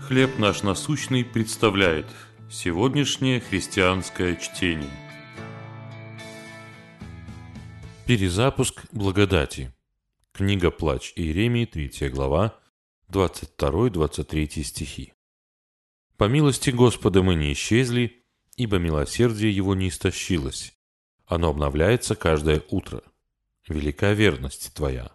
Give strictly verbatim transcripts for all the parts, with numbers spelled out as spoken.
«Хлеб наш насущный» представляет сегодняшнее христианское чтение. Перезапуск благодати. Книга «Плач Иеремии», третья глава, двадцать второй — двадцать третий стихи. «По милости Господа мы не исчезли, ибо милосердие Его не истощилось. Оно обновляется каждое утро. Велика верность Твоя».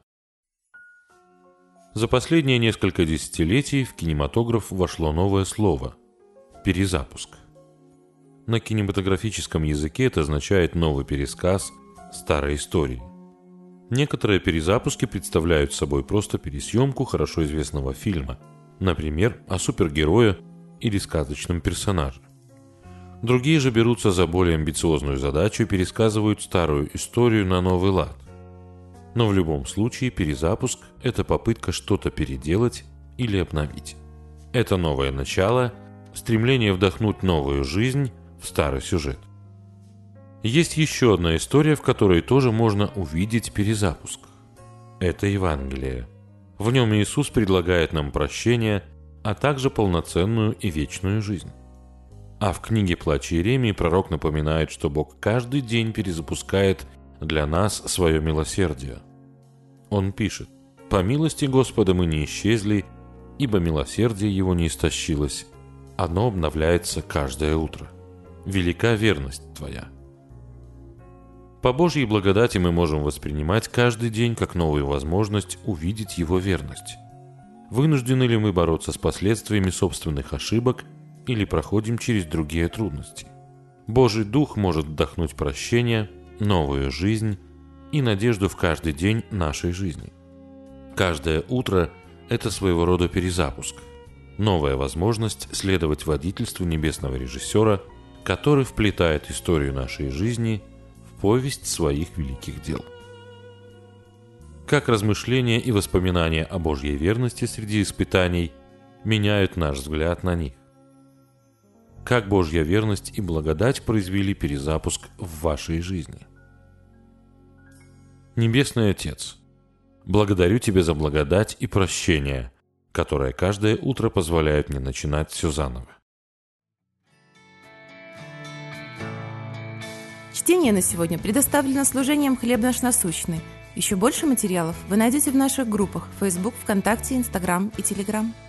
За последние несколько десятилетий в кинематограф вошло новое слово – перезапуск. На кинематографическом языке это означает новый пересказ старой истории. Некоторые перезапуски представляют собой просто пересъемку хорошо известного фильма, например, о супергерое или сказочном персонаже. Другие же берутся за более амбициозную задачу и пересказывают старую историю на новый лад. Но в любом случае перезапуск – это попытка что-то переделать или обновить. Это новое начало, стремление вдохнуть новую жизнь в старый сюжет. Есть еще одна история, в которой тоже можно увидеть перезапуск. Это Евангелие. В нем Иисус предлагает нам прощение, а также полноценную и вечную жизнь. А в книге «Плач Иеремии» пророк напоминает, что Бог каждый день перезапускает для нас свое милосердие. Он пишет: «По милости Господа мы не исчезли, ибо милосердие Его не истощилось. Оно обновляется каждое утро. Велика верность Твоя». По Божьей благодати мы можем воспринимать каждый день как новую возможность увидеть Его верность. Вынуждены ли мы бороться с последствиями собственных ошибок или проходим через другие трудности? Божий Дух может вдохнуть прощение, новую жизнь и надежду в каждый день нашей жизни. Каждое утро – это своего рода перезапуск, новая возможность следовать водительству небесного режиссера, который вплетает историю нашей жизни в повесть своих великих дел. Как размышления и воспоминания о Божьей верности среди испытаний меняют наш взгляд на них? Как Божья верность и благодать произвели перезапуск в вашей жизни? Небесный Отец, благодарю Тебя за благодать и прощение, которое каждое утро позволяет мне начинать все заново. Чтение на сегодня предоставлено служением «Хлеб наш насущный». Еще больше материалов вы найдете в наших группах Facebook, ВКонтакте, Instagram и Telegram.